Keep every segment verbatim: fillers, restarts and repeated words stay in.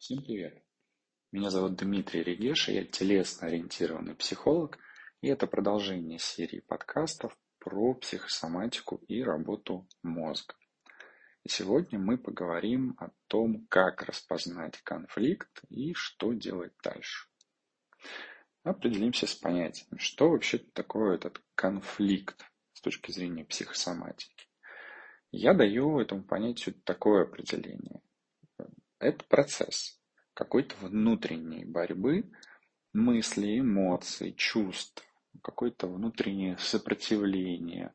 Всем привет! Меня зовут Дмитрий Регеша, я телесно-ориентированный психолог, и это продолжение серии подкастов про психосоматику и работу мозга. И сегодня мы поговорим о том, как распознать конфликт и что делать дальше. Определимся с понятием, что вообще такое этот конфликт с точки зрения психосоматики. Я даю этому понятию такое определение. Это процесс какой-то внутренней борьбы мыслей, эмоций, чувств, какое-то внутреннее сопротивление.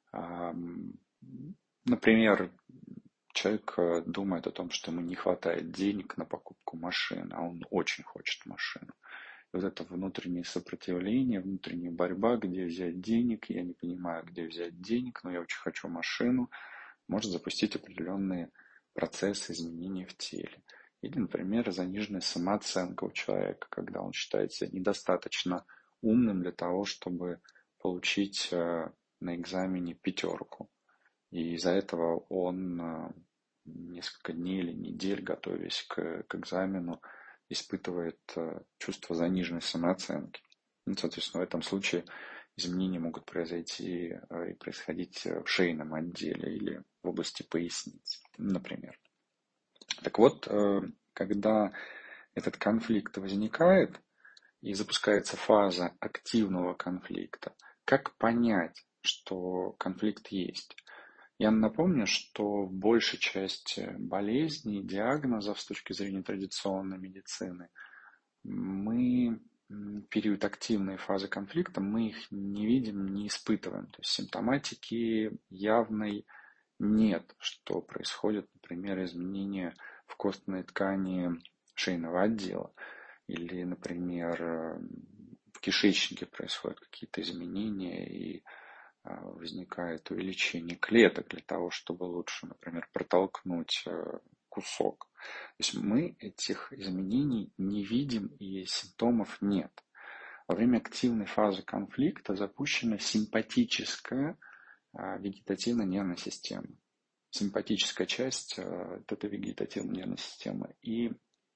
Например, человек думает о том, что ему не хватает денег на покупку машины, а он очень хочет машину. И вот это внутреннее сопротивление, внутренняя борьба, где взять денег, я не понимаю, где взять денег, но я очень хочу машину, может запустить определенные процессы изменения в теле. Или, например, заниженная самооценка у человека, когда он считает себя недостаточно умным для того, чтобы получить на экзамене пятерку. И из-за этого он несколько дней или недель, готовясь к, к экзамену, испытывает чувство заниженной самооценки. Ну, соответственно, в этом случае изменения могут произойти и происходить в шейном отделе или в области поясницы, например. Так вот, когда этот конфликт возникает и запускается фаза активного конфликта, как понять, что конфликт есть? Я напомню, что в большей части болезней, диагнозов с точки зрения традиционной медицины, мы в период активной фазы конфликта, мы их не видим, не испытываем. То есть симптоматики явной нет, что происходит, например, изменения в костной ткани шейного отдела. Или, например, в кишечнике происходят какие-то изменения и возникает увеличение клеток для того, чтобы лучше, например, протолкнуть кусок. То есть мы этих изменений не видим и симптомов нет. Во время активной фазы конфликта запущена симпатическая вегетативная нервная система. Симпатическая часть этой вегетативной нервной системы. И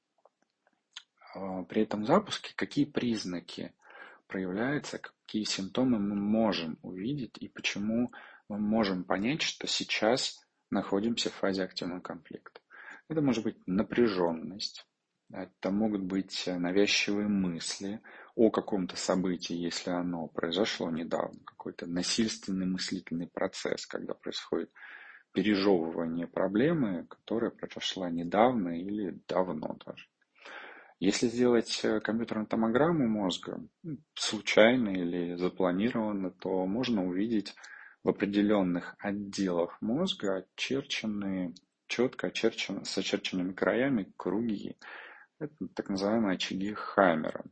при этом запуске какие признаки проявляются, какие симптомы мы можем увидеть и почему мы можем понять, что сейчас находимся в фазе активного конфликта. Это может быть напряженность, это могут быть навязчивые мысли о каком-то событии, если оно произошло недавно, какой-то насильственный мыслительный процесс, когда происходит пережевывание проблемы, которая произошла недавно или давно даже. Если сделать компьютерную томограмму мозга, случайно или запланированно, то можно увидеть в определенных отделах мозга очерченные, четко очерченные, с очерченными краями круги. Это так называемые очаги Хаммера.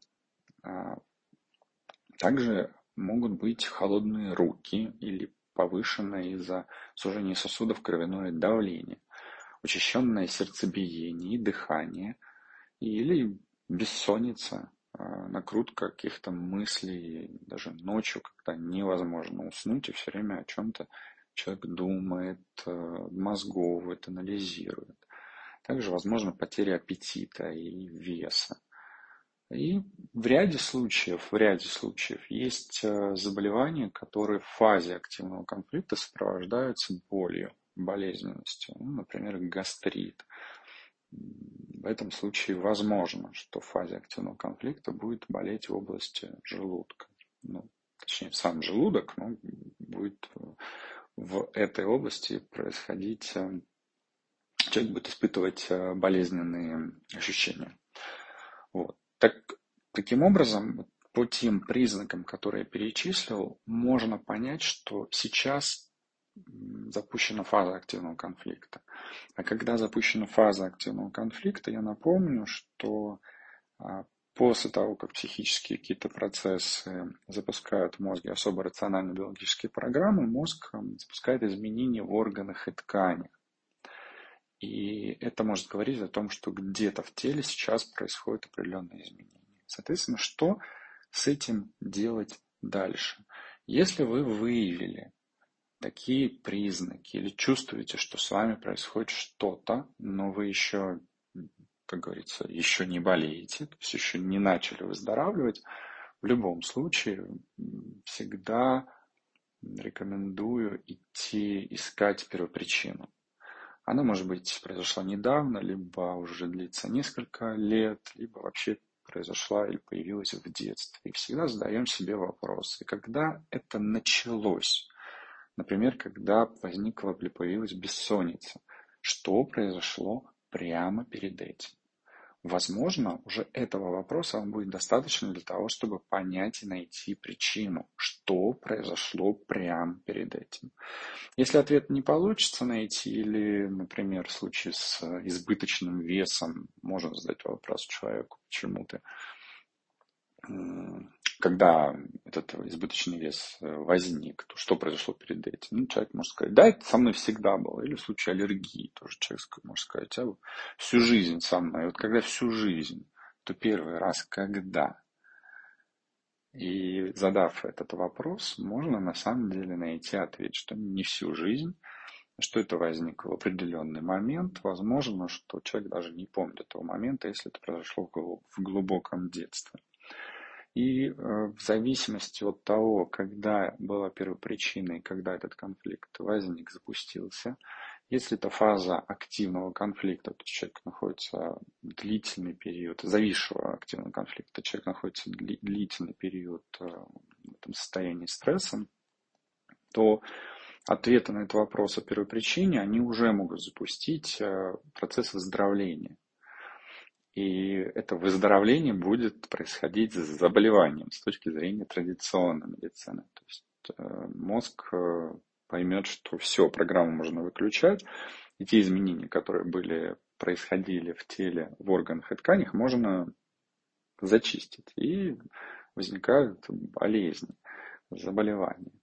Также могут быть холодные руки или повышенное из-за сужения сосудов кровяное давление, учащенное сердцебиение и дыхание, или бессонница, накрутка каких-то мыслей, даже ночью, когда невозможно уснуть, и все время о чем-то человек думает, мозговывает, анализирует. Также возможно потеря аппетита и веса. И в ряде случаев, в ряде случаев есть заболевания, которые в фазе активного конфликта сопровождаются болью, болезненностью, ну, например, гастрит. В этом случае возможно, что в фазе активного конфликта будет болеть в области желудка. Ну, точнее, сам желудок, но будет в этой области происходить, человек будет испытывать болезненные ощущения. Вот. Так, таким образом, по тем признакам, которые я перечислил, можно понять, что сейчас запущена фаза активного конфликта. А когда запущена фаза активного конфликта, я напомню, что после того, как психические какие-то процессы запускают в мозге особо рациональные биологические программы, мозг запускает изменения в органах и тканях. И это может говорить о том, что где-то в теле сейчас происходят определенные изменения. Соответственно, что с этим делать дальше? Если вы выявили такие признаки или чувствуете, что с вами происходит что-то, но вы еще как говорится, еще не болеете, то есть еще не начали выздоравливать, в любом случае всегда рекомендую идти искать первопричину. Она, может быть, произошла недавно, либо уже длится несколько лет, либо вообще произошла или появилась в детстве. И всегда задаем себе вопросы. Когда это началось? Например, когда возникла или появилась бессонница. Что произошло прямо перед этим? Возможно, уже этого вопроса вам будет достаточно для того, чтобы понять и найти причину, что произошло прямо перед этим. Если ответ не получится найти, или, например, в случае с избыточным весом, можно задать вопрос человеку, почему ты, когда этот избыточный вес возник, то что произошло перед этим? Ну, человек может сказать, да, это со мной всегда было. Или в случае аллергии тоже человек может сказать, а всю жизнь со мной. И вот когда всю жизнь, то первый раз когда? И задав этот вопрос, можно на самом деле найти ответ, что не всю жизнь, что это возникло в определенный момент. Возможно, что человек даже не помнит этого момента, если это произошло в глубоком детстве. И э, в зависимости от того, когда была первопричина и когда этот конфликт возник, запустился, если это фаза активного конфликта, то человек находится длительный период, зависшего активного конфликта, человек находится дли, длительный период э, в этом состоянии стресса, то ответы на этот вопрос о первопричине, они уже могут запустить э, процесс выздоровления. И это выздоровление будет происходить с заболеванием с точки зрения традиционной медицины. То есть э, мозг э, поймет, что все, программу можно выключать, и те изменения, которые были, происходили в теле, в органах и тканях, можно зачистить. И возникают болезни, заболевания.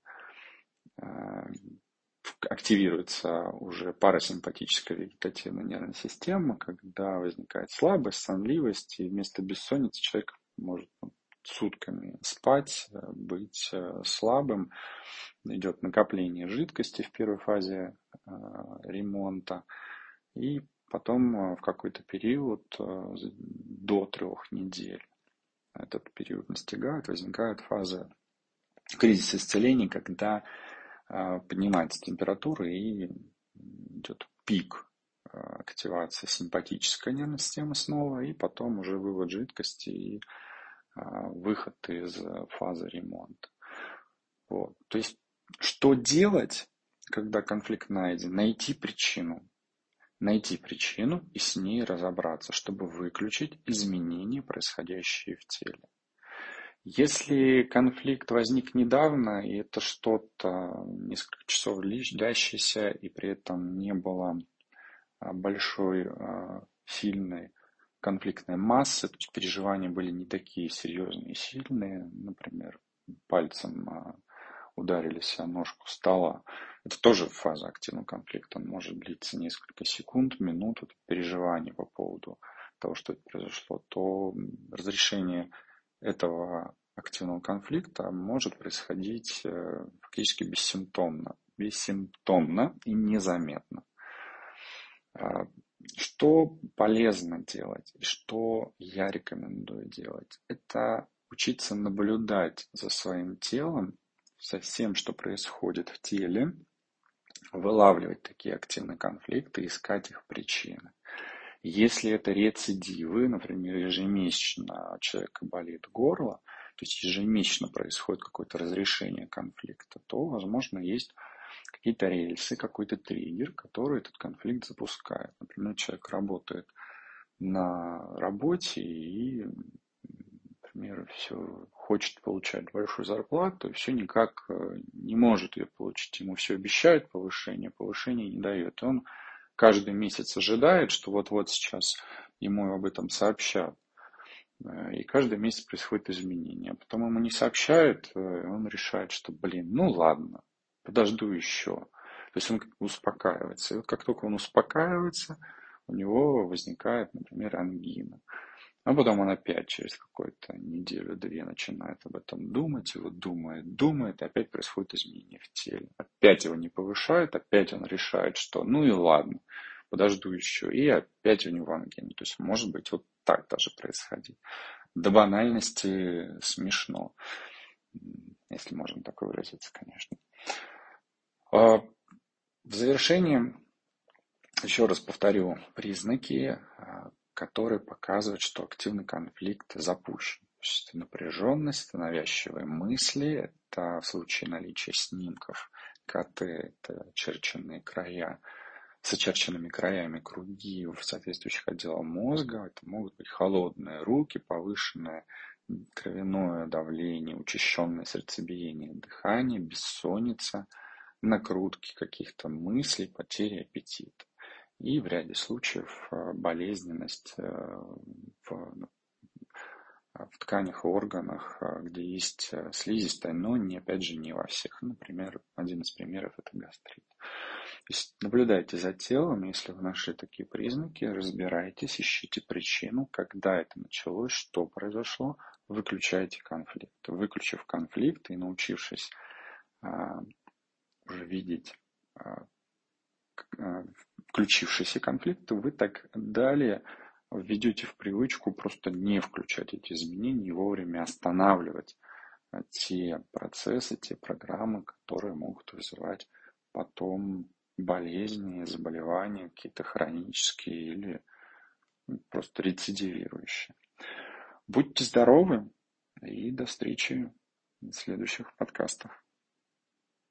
Активируется уже парасимпатическая вегетативная нервная система, когда возникает слабость, сонливость, и вместо бессонницы человек может сутками спать, быть слабым. Идет накопление жидкости в первой фазе э, ремонта, и потом в какой-то период э, до трех недель этот период настигает, возникает фаза кризиса исцеления, когда поднимается температура и идет пик активации симпатической нервной системы снова, и потом уже вывод жидкости и выход из фазы ремонта. Вот. То есть, что делать, когда конфликт найден? Найти причину. Найти причину и с ней разобраться, чтобы выключить изменения, происходящие в теле. Если конфликт возник недавно, и это что-то несколько часов длящееся, и при этом не было большой, сильной конфликтной массы, то есть переживания были не такие серьезные и сильные, например, пальцем ударились о ножку стола, это тоже фаза активного конфликта, он может длиться несколько секунд, минут, это переживание по поводу того, что это произошло, то разрешение этого активного конфликта может происходить фактически бессимптомно, бессимптомно и незаметно. Что полезно делать и что я рекомендую делать? Это учиться наблюдать за своим телом, за всем, что происходит в теле, вылавливать такие активные конфликты, искать их причины. Если это рецидивы, например, ежемесячно у человека болит горло, то есть ежемесячно происходит какое-то разрешение конфликта, то, возможно, есть какие-то рельсы, какой-то триггер, который этот конфликт запускает. Например, человек работает на работе и, например, все хочет получать большую зарплату, и все никак не может ее получить. Ему все обещают повышение, повышение не дает. И он каждый месяц ожидает, что вот-вот сейчас ему об этом сообщат. И каждый месяц происходит изменение. А потом ему не сообщают, и он решает, что, блин, ну ладно, подожду еще. То есть он успокаивается. И вот как только он успокаивается, у него возникает, например, ангина. А потом он опять через какую-то неделю-две начинает об этом думать, и вот думает, думает, и опять происходит изменение в теле. Опять его не повышают, опять он решает, что ну и ладно, подожду еще, и опять у него ангина. То есть может быть вот так даже происходить. До банальности смешно, если можно так выразиться, конечно. В завершение еще раз повторю признаки, которые показывают, что активный конфликт запущен. То есть напряженность, навязчивые мысли, это в случае наличия снимков КТ, это очерченные края, с очерченными краями круги в соответствующих отделах мозга. Это могут быть холодные руки, повышенное кровяное давление, учащенное сердцебиение, дыхание, бессонница, накрутки каких-то мыслей, потеря аппетита. И в ряде случаев болезненность в, в тканях и органах, где есть слизистая, но не, опять же, не во всех. Например, один из примеров – это гастрит. То есть наблюдайте за телом, если вы нашли такие признаки, разбирайтесь, ищите причину, когда это началось, что произошло, выключайте конфликт. Выключив конфликт и научившись а, уже видеть а, включившийся конфликт, вы так далее введете в привычку просто не включать эти изменения и вовремя останавливать те процессы, те программы, которые могут вызывать потом болезни, заболевания, какие-то хронические или просто рецидивирующие. Будьте здоровы и до встречи в следующих подкастах.